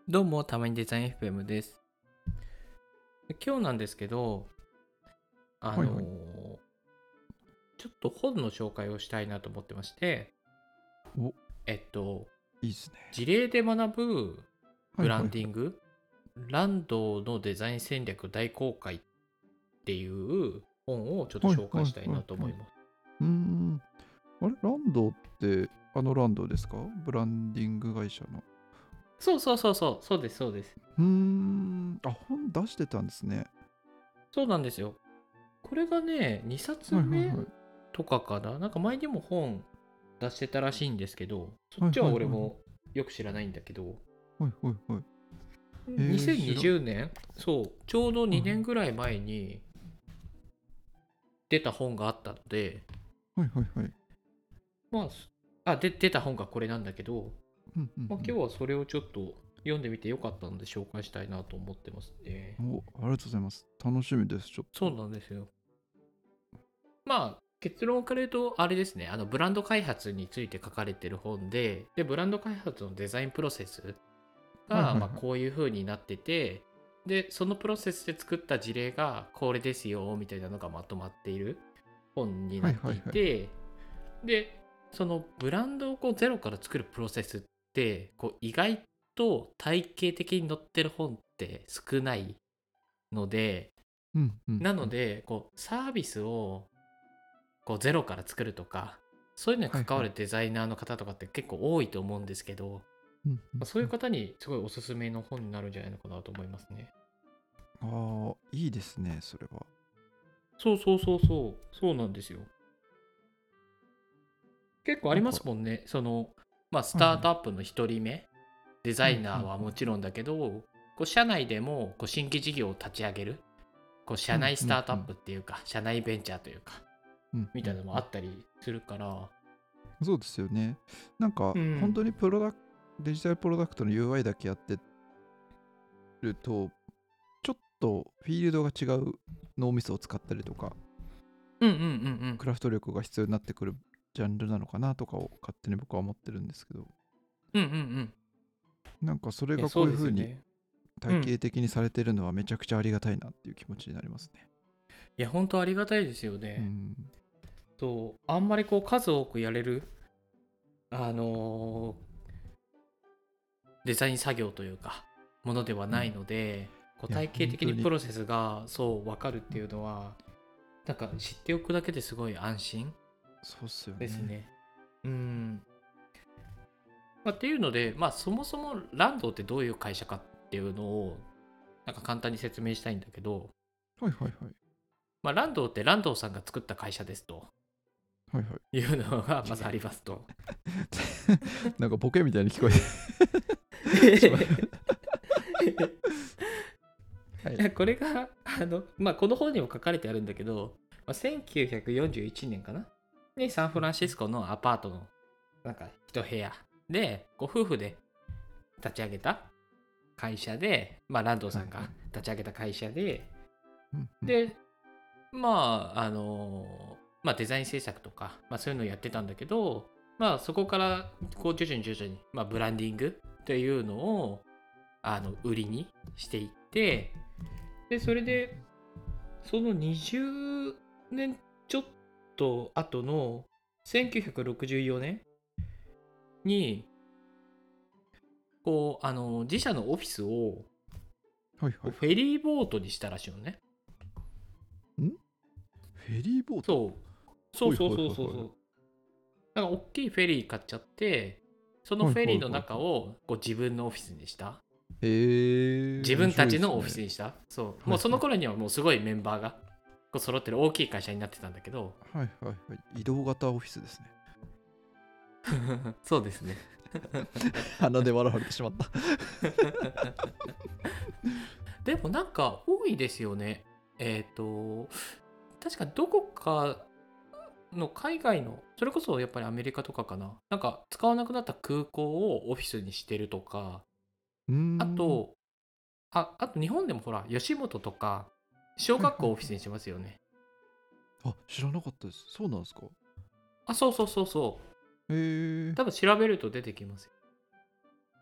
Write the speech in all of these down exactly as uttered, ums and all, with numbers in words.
どうも、たまにデザイン エフエム です。で今日なんですけど、あのはいはい。 ーちょっと本の紹介をしたいなと思ってまして、 お、 えっと、 いいっすね。 事例で学ぶブラはいはいはい。 ンディング、ランドのデザイン戦略大公開っていう本をちょっとはい紹介はいしたいなとはいはい。 思います。 うーん。あれランドって、あのランドですか？ブランディング会社の。 そうそうそうそう、そうです、そうです。 うーん。あ、本出してたんですね。 そうなんですよ。これがね、にさつめはいはいはい。 とかかな。なんか前にも本出してたらしいんですけど、そっはいちははいはいはい。 俺もよく知らないんだけど、 はいはいはい。えー、知らん。 にせんにじゅうねん、そう、ちょうどはいにねんぐらい前に出た本があったので、 はいはいはい。 まあ、あで出た本がこれなんだけど、 うんうんまあ、今日はそれをちょっと読んでみてよかったので紹介したいなと思ってますね。 うん。お、ありがとうございます。楽しみです、ちょっそうと。 なんですよ。まあ、結論から言うと、あれですね、あのブランド開発について書かれてる本で、で、ブランド開発のデザインプロセスが、まあ、 はいはいはい。 こういう風になってて、で、そのプロセスで作った事例がこれですよみたいなのがまとまっている本になってはいはいはい。 いて、で、そのブランドをこうゼロから作るプロセスってこう意外と体系的に載ってる本って少ないので、 うんうんなのうん。 でこうサービスをこうゼロから作るとか、そういうのに関わはいはい。 るデザイナーの方とかって結構多いと思うんですけど、 うんうんそういううん。 方にすごいおすすめの本になるんじゃないのかなと思いますね。 ああ、いいですね、それは。 そうそうそうそう、そうなんですよ。結構ありまなんか、 すもんね。その、まあ、スタートはいはい。 アップの一人目、デザイナーうんうんはもちろんだけど、こう社内でもこう新規事業を立ち上げる、こう社うん内スタートアッうんうん。 プっていうか、社内ベンチャーというか、 うんみたいなのもあうんうん。 ったりするから、 そうですよね。なんか、 うん、 本当にプロダクデジタルプロダクトの ユーアイ だけやってると、ちょっとフィールドが違う脳みそを使ったりとか、 うんうんうんクラフト力が必要になってくるジャンルなのかなとかを勝手に僕は思ってるんですけど、 うん、うんうんうん。 なんかそれいや、 がこそうういう風にですよね。うん。 体系的にされてるのはめちゃくちゃありがたいなっていう気持ちになりますね。 いや、本当ありがたいですよね。 うん。 そう、あんまりこう数多くやれる、あのーデザイン作業というか、ものではうん。 ないので、こういや、 体系本当に。 的にプロセスがそう分かるっていうのは、なんか知っておくだけですごい安心そうっすよね。 ですね。うん。まあ、っていうので、まあ、そもそもランドってどういう会社かっていうのをなんか簡単に説明したいんだけど、 はいはいはい。 まあ、ランドってランドさんが作った会社ですとはいはい。 いうのがまずありますと。 なんかボケみたいに聞こえてしまう。はい。 これがあの、まあ、この本にも書かれてあるんだけど、まあ、せんきゅうひゃくよんじゅういちねんかなにサンフランシスコのアパートのなんか一部屋でご夫婦で立ち上げた会社で、まあ、ランドさんがはいはい。 立ち上げた会社で、 うんうんで、まあ、あの、まあ、デザイン制作とか、まあ、そういうのをやってたんだけど、まあ、そこから、こう、徐々に徐々に、まあ、ブランディングというのを、あの、売りにしていって、で、それで、そのにじゅうねんちょっと後のせんきゅうひゃくろくじゅうよねんに、こう、あの、自社のオフィスをはいはいはフェリーボートにしたらしいのね。 い。んフェリーボート。 そう。そうほいそうほいほいほい。 そうそうそう。なんか大きいフェリー買っちゃって、そのはいフェリーのはいはいは中をこう自分のオフィスにした。 い。へえ、 自面分たちのオ白いですね。 フィスにした。そう。もうそのはいはい。 頃にはもうすごいメンバーがこう揃ってる大きい会社になってたんだけど。 はいはいはい。移動型オフィスですね。 そうですね。 鼻で笑われてしまった。 でもなんか多いですよね。えっ、と、確かどこかの海外の、それこそやっぱりアメリカとかかな。なんか使わなくなった空港をオフィスにしてるとか、 うーん。 あと、あ、あと日本でもほら、吉本とか、小はいはいはい。 学校をオフィスにしてますよね。 あ、知らなかったです。そうなんですか？ あ、そうそうそうそう。 へえ。 多分調べると出てきますよ。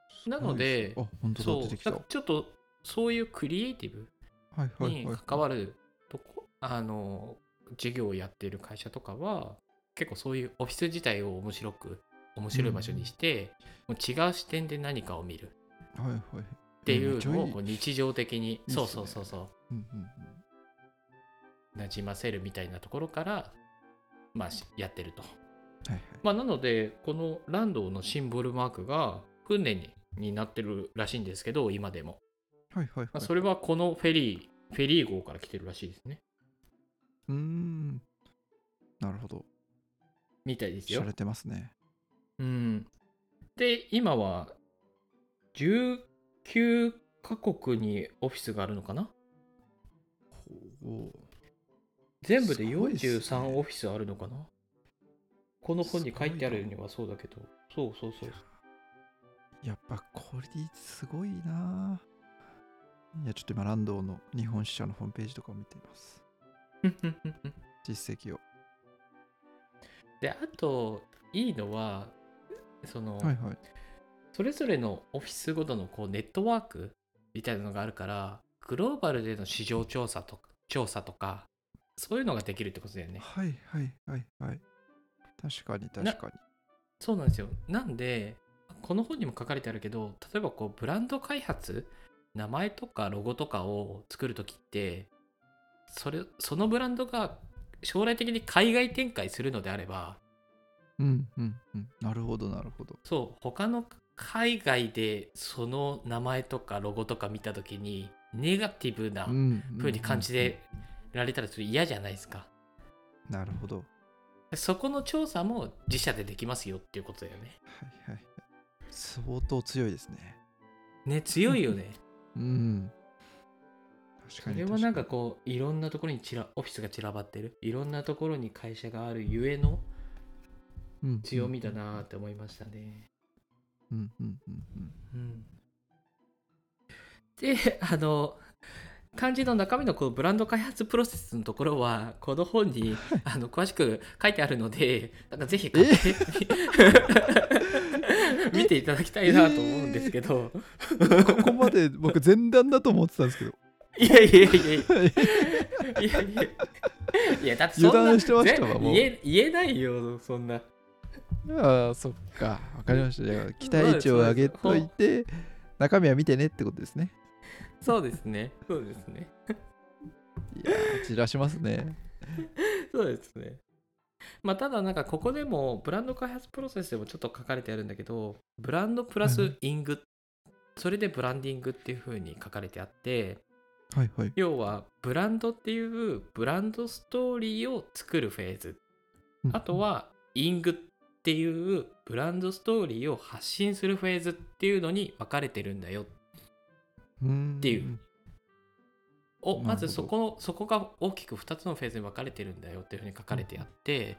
なので、 あ、本当だ、 そう出てきた。 なんかちょっとそういうクリエイティブはいはいにはい。 関わるとこ、あの事業をやっている会社とかは結構そういうオフィス自体を面白く面白い場所にして、もう違う視点で何かを見るはいはい。 っていえめっちゃいいうのをこう日常的にいいっすねそうそうそうそうんうんう馴染ませるみたいなところからまあしやってると。 うん。はいまあなのでこのランドのシンボルマークが訓練にになってるらしいんですけど、今でも、 はい。はいはいまあ、 はい。 それはこのフェリーフェリー号から来てるらしいですね。 うーん。なるほど。 みたいですよ。 洒落てますね。 うん。で今はじゅうきゅうカ国にオフィスがあるのかな。 ほう。 全部ですごいっすねよんじゅうさんオフィスあるのかな。この本に書いてあるにはそうだけど、そうそうそう。 やっぱクオリティすごいな。いや、ちょっと今、ランドの日本支社のホームページとかを見ています。実績を。 で、あといいのはその、 はいはい。 それぞれのオフィスごとのこうネットワークみたいなのがあるから、グローバルでの市場調査とか調査とかそういうのができるってことだよね。 はいはいはいはい。確かにな確かに。 そうなんですよ。なんでこの本にも書かれてあるけど、例えばこうブランド開発、名前とかロゴとかを作るときって、それそのブランドが将来的に海外展開するのであれば、 うんうんうん。なるほどなるほど。 そう他の海外でその名前とかロゴとか見たときにネガティブなうんうん風に感じてられたらそれ嫌じゃないですか。 なるほど。 そこの調査も自社でできますよっていうことだよね。 はいはい。相当強いですね。 ね、強いよね。 うん。確かにそれはなんかこういろんなところにちらオフィスが散らばってる、いろんなところに会社があるゆえのう強みだなって思いましたね。 うんうんうんうん。 うん、で、あの漢字の中身のこのブランド開発プロセスのところはこの本にあの詳しく書いてあるので、なんかぜひ買って見ていただきたいなと思うんですけど、 ここまで僕前段だと思ってたんですけど。 いやいやいやいやいやいやいや、だってそんな油断してましたわもう言え言えないよそんな。 ああ、そっか。わかりました。じゃあ期待値を上げといて、中身は見てねってことですね。 そうですね。そうですね。 いやー、散らしますね。 そうですね。まあ、ただなんかここでもブランド開発プロセスでもちょっと書かれてあるんだけど、ブランドプラスイング、それでブランディングっていう風に書かれてあって、 はいはい。 要はブランドっていうブランドストーリーを作るフェーズ、あとはイングっていうブランドストーリーを発信するフェーズっていうのに分かれてるんだよっていうおまずそこそこが大きくふたつのフェーズに分かれてるんだよっていうふうに書かれてあって、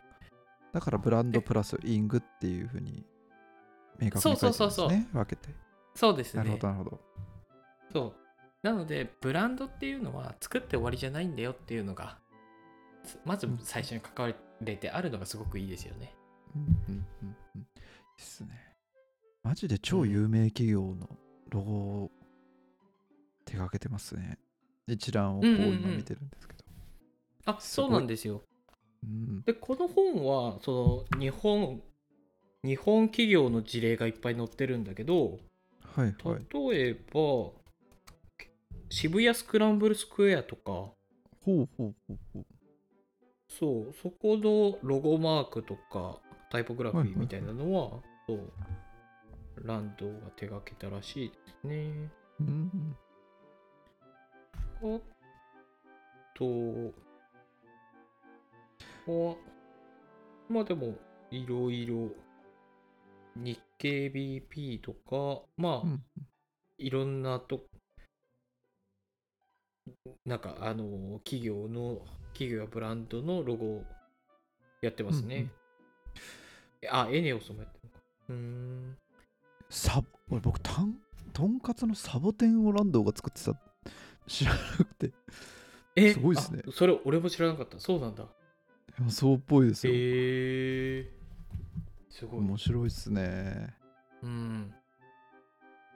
だからブランドプラスイングっていうふうに明確に書いてるんですね。 そうそうそうそう分けて。 そうですね。 なるほどなるほど。 そうなのでブランドっていうのは作って終わりじゃないんだよっていうのがまず最初に書かれてあるのがすごくいいですよね。 うんうんうんうん。ですね。マジで超有名企業のロゴを手掛けてますね。一覧をこう今見てるんですけど。 あ、そうなんですよ。 うん、 でこの本はその日本日本企業の事例がいっぱい載ってるんだけど、 はいはい。 例えば渋谷スクランブルスクエアとか、 ほうほうほうほう。 そうそこのロゴマークとかタイポグラフィーみたいなのは、そうランドが手掛けたらしいですね。 うん、 あとはまあでもいろいろ日経 ビーピー とかまあ、 うん、 いろんなとなんかあの企業の企業やブランドのロゴをやってますね。うん、あ、エネオスもやってるのか。うーん。 サ俺僕たんとんかつのサボテンをランドが作ってた知らなくてえすごいですね。 それ俺も知らなかった。そうなんだ。 そうっぽいですよ。 へえー、すごい。 面白いっすね。 うん。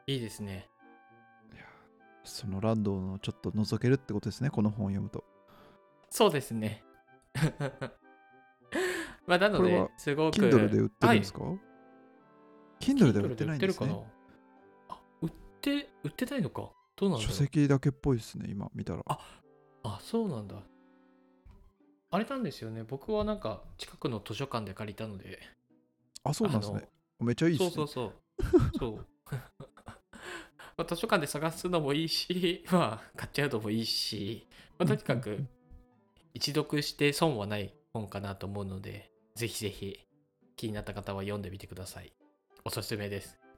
いいですね。 いや、そのランドのちょっと覗けるってことですね、この本読むと。 そうですね。まあ、なので、 これはすご Kindle く、 で売ってるはい、 んですか？ Kindle では売っ Kindle で売ってないんですね。 てるかな。あ、売って、売ってないのか。どうなん書だろう。 籍だけっぽいですね、今見たら。 あ、あ、そうなんだ。あれなんですよね。僕はなんか近くの図書館で借りたので、 あ、そうなんですね。 あの、 めっちゃいいでそうすね。 そうそう、そう。まあ、図書館で探すのもいいし、まあ、買っちゃうのもいいし、まあ、とうんにかく一読して損はない本かなと思うので、ぜひぜひ気になった方は読んでみてください。おすすめです。